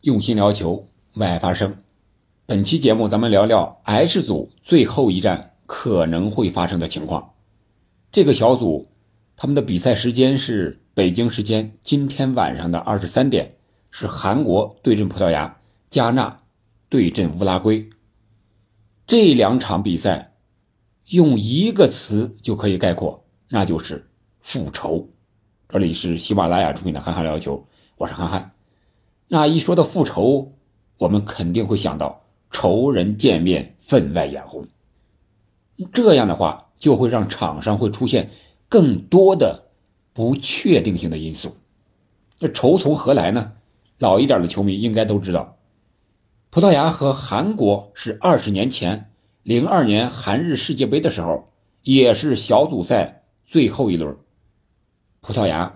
用心聊球，为爱发声。本期节目咱们聊聊 H 组最后一战可能会发生的情况。这个小组他们的比赛时间是北京时间今天晚上的23点，是韩国对阵葡萄牙，加纳对阵乌拉圭。这两场比赛用一个词就可以概括，那就是复仇。这里是喜马拉雅出品的憨憨聊球，我是憨憨。那一说到复仇，我们肯定会想到仇人见面分外眼红，这样的话就会让场上会出现更多的不确定性的因素。这仇从何来呢？老一点的球迷应该都知道，葡萄牙和韩国是20年前02年韩日世界杯的时候，也是小组赛最后一轮，葡萄牙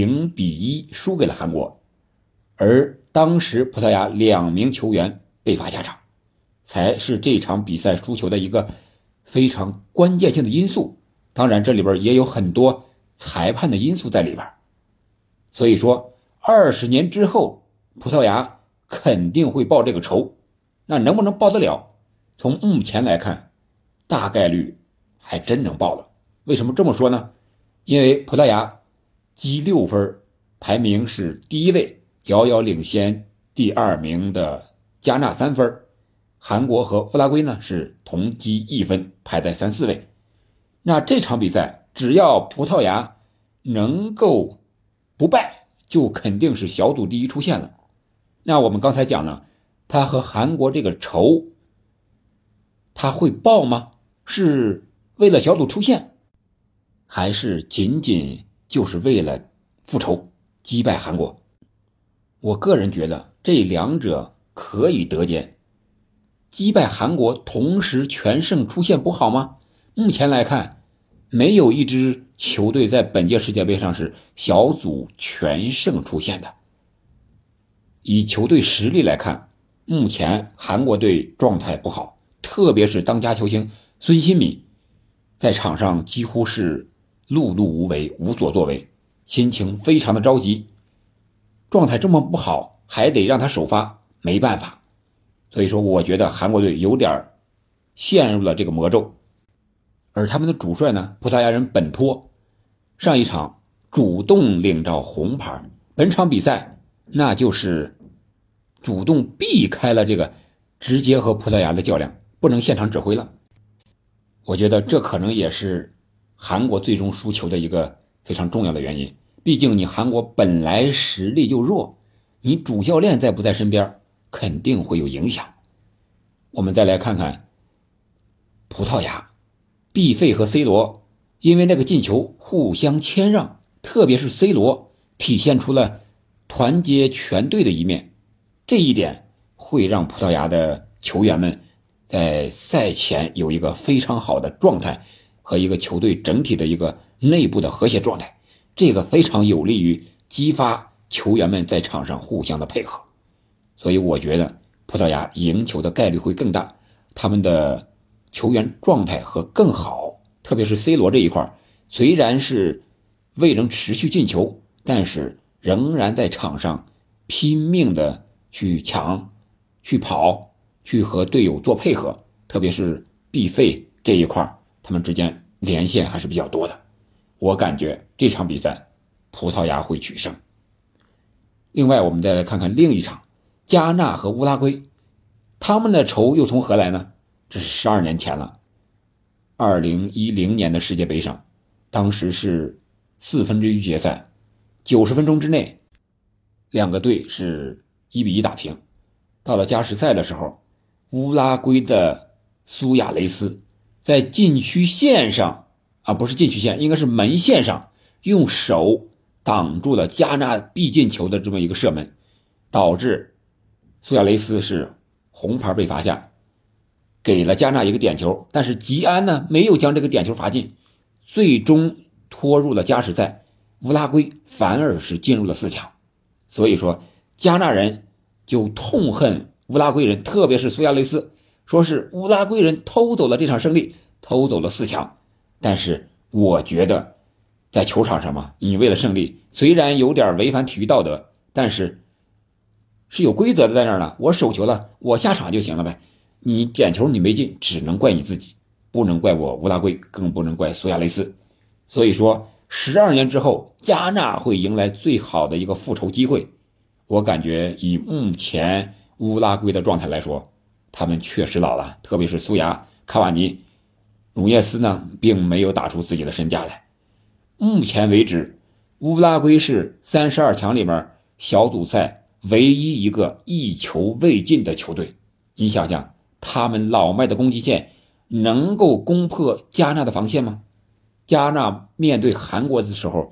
0-1输给了韩国，而当时葡萄牙2名球员被罚下场，才是这场比赛输球的一个非常关键性的因素。当然这里边也有很多裁判的因素在里边。所以说20年之后葡萄牙肯定会报这个仇，那能不能报得了，从目前来看大概率还真能报了。为什么这么说呢？因为葡萄牙积6分，排名是第一位，遥遥领先第2名的加纳3分，韩国和乌拉圭呢是同积1分，排在3、4位。那这场比赛只要葡萄牙能够不败，就肯定是小组第一出现了。那我们刚才讲了，他和韩国这个仇他会报吗？是为了小组出现，还是仅仅就是为了复仇击败韩国？我个人觉得这两者可以得兼。击败韩国同时全胜出现不好吗？目前来看，没有一支球队在本届世界杯上是小组全胜出现的。以球队实力来看，目前韩国队状态不好，特别是当家球星孙兴慜在场上几乎是碌碌无为，无所作为，心情非常的着急，状态这么不好还得让他首发，没办法。所以说我觉得韩国队有点陷入了这个魔咒。而他们的主帅呢，葡萄牙人本托，上一场主动领着红牌，本场比赛那就是主动避开了这个直接和葡萄牙的较量，不能现场指挥了。我觉得这可能也是韩国最终输球的一个非常重要的原因。毕竟你韩国本来实力就弱，你主教练在不在身边肯定会有影响。我们再来看看葡萄牙，毕费和 C 罗因为那个进球互相谦让，特别是 C 罗体现出了团结全队的一面，这一点会让葡萄牙的球员们在赛前有一个非常好的状态和一个球队整体的一个内部的和谐状态，这个非常有利于激发球员们在场上互相的配合。所以我觉得葡萄牙赢球的概率会更大，他们的球员状态和更好，特别是 C 罗这一块，虽然是未能持续进球，但是仍然在场上拼命的去抢、去跑、去和队友做配合，特别是毕费这一块，他们之间连线还是比较多的。我感觉这场比赛葡萄牙会取胜。另外我们再来看看另一场，加纳和乌拉圭，他们的仇又从何来呢？这是12年前了，2010年的世界杯上，当时是4分之一决赛，90分钟之内两个队是1-1打平。到了加时赛的时候，乌拉圭的苏亚雷斯在禁区线上不是禁区线，应该是门线上，用手挡住了加纳必进球的这么一个射门，导致苏亚雷斯是红牌被罚下，给了加纳一个点球，但是吉安呢没有将这个点球罚进，最终拖入了加时赛，乌拉圭反而是进入了4强。所以说加纳人就痛恨乌拉圭人，特别是苏亚雷斯，说是乌拉圭人偷走了这场胜利，偷走了4强。但是我觉得在球场上嘛，你为了胜利，虽然有点违反体育道德，但是是有规则的在那儿呢，我手球了，我下场就行了呗。你点球你没进，只能怪你自己，不能怪我乌拉圭，更不能怪苏亚雷斯。所以说12年之后，加纳会迎来最好的一个复仇机会。我感觉以目前乌拉圭的状态来说，他们确实老了，特别是苏牙、卡瓦尼、努涅斯呢，并没有打出自己的身价来。目前为止，乌拉圭是32强里面小组赛唯一一个一球未进的球队。你想想，他们老迈的攻击线能够攻破加纳的防线吗？加纳面对韩国的时候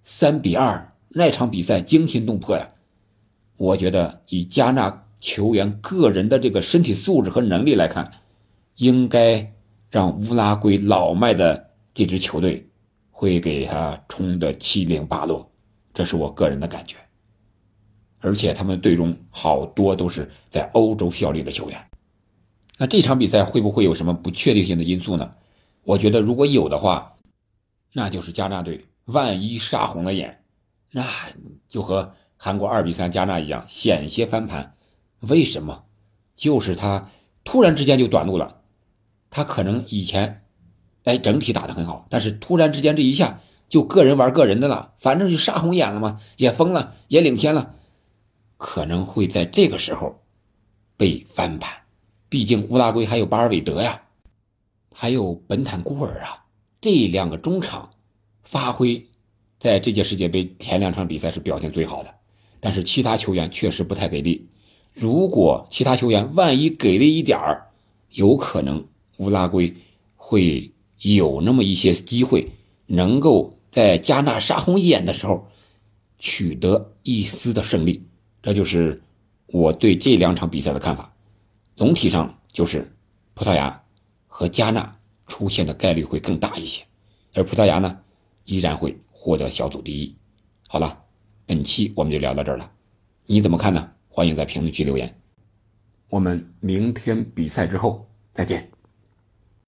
3-2，那场比赛惊心动魄呀。我觉得以加纳球员个人的这个身体素质和能力来看，应该让乌拉圭老迈的这支球队会给他冲得七零八落，这是我个人的感觉。而且他们队中好多都是在欧洲效力的球员。那这场比赛会不会有什么不确定性的因素呢？我觉得如果有的话，那就是加纳队万一杀红了眼，那就和韩国2-3加纳一样，险些翻盘。为什么？就是他突然之间就短路了。他可能以前整体打得很好，但是突然之间这一下就个人玩个人的了，反正就杀红眼了嘛，也疯了，也领先了，可能会在这个时候被翻盘。毕竟乌拉圭还有巴尔韦德呀，还有本坦库尔啊，这2个中场发挥在这届世界杯前2场比赛是表现最好的，但是其他球员确实不太给力。如果其他球员万一给力一点儿，有可能乌拉圭会有那么一些机会，能够在加纳杀红眼的时候取得一丝的胜利。这就是我对这2场比赛的看法。总体上就是葡萄牙和加纳出现的概率会更大一些，而葡萄牙呢依然会获得小组第一。好了，本期我们就聊到这儿了，你怎么看呢？欢迎在评论区留言。我们明天比赛之后再见。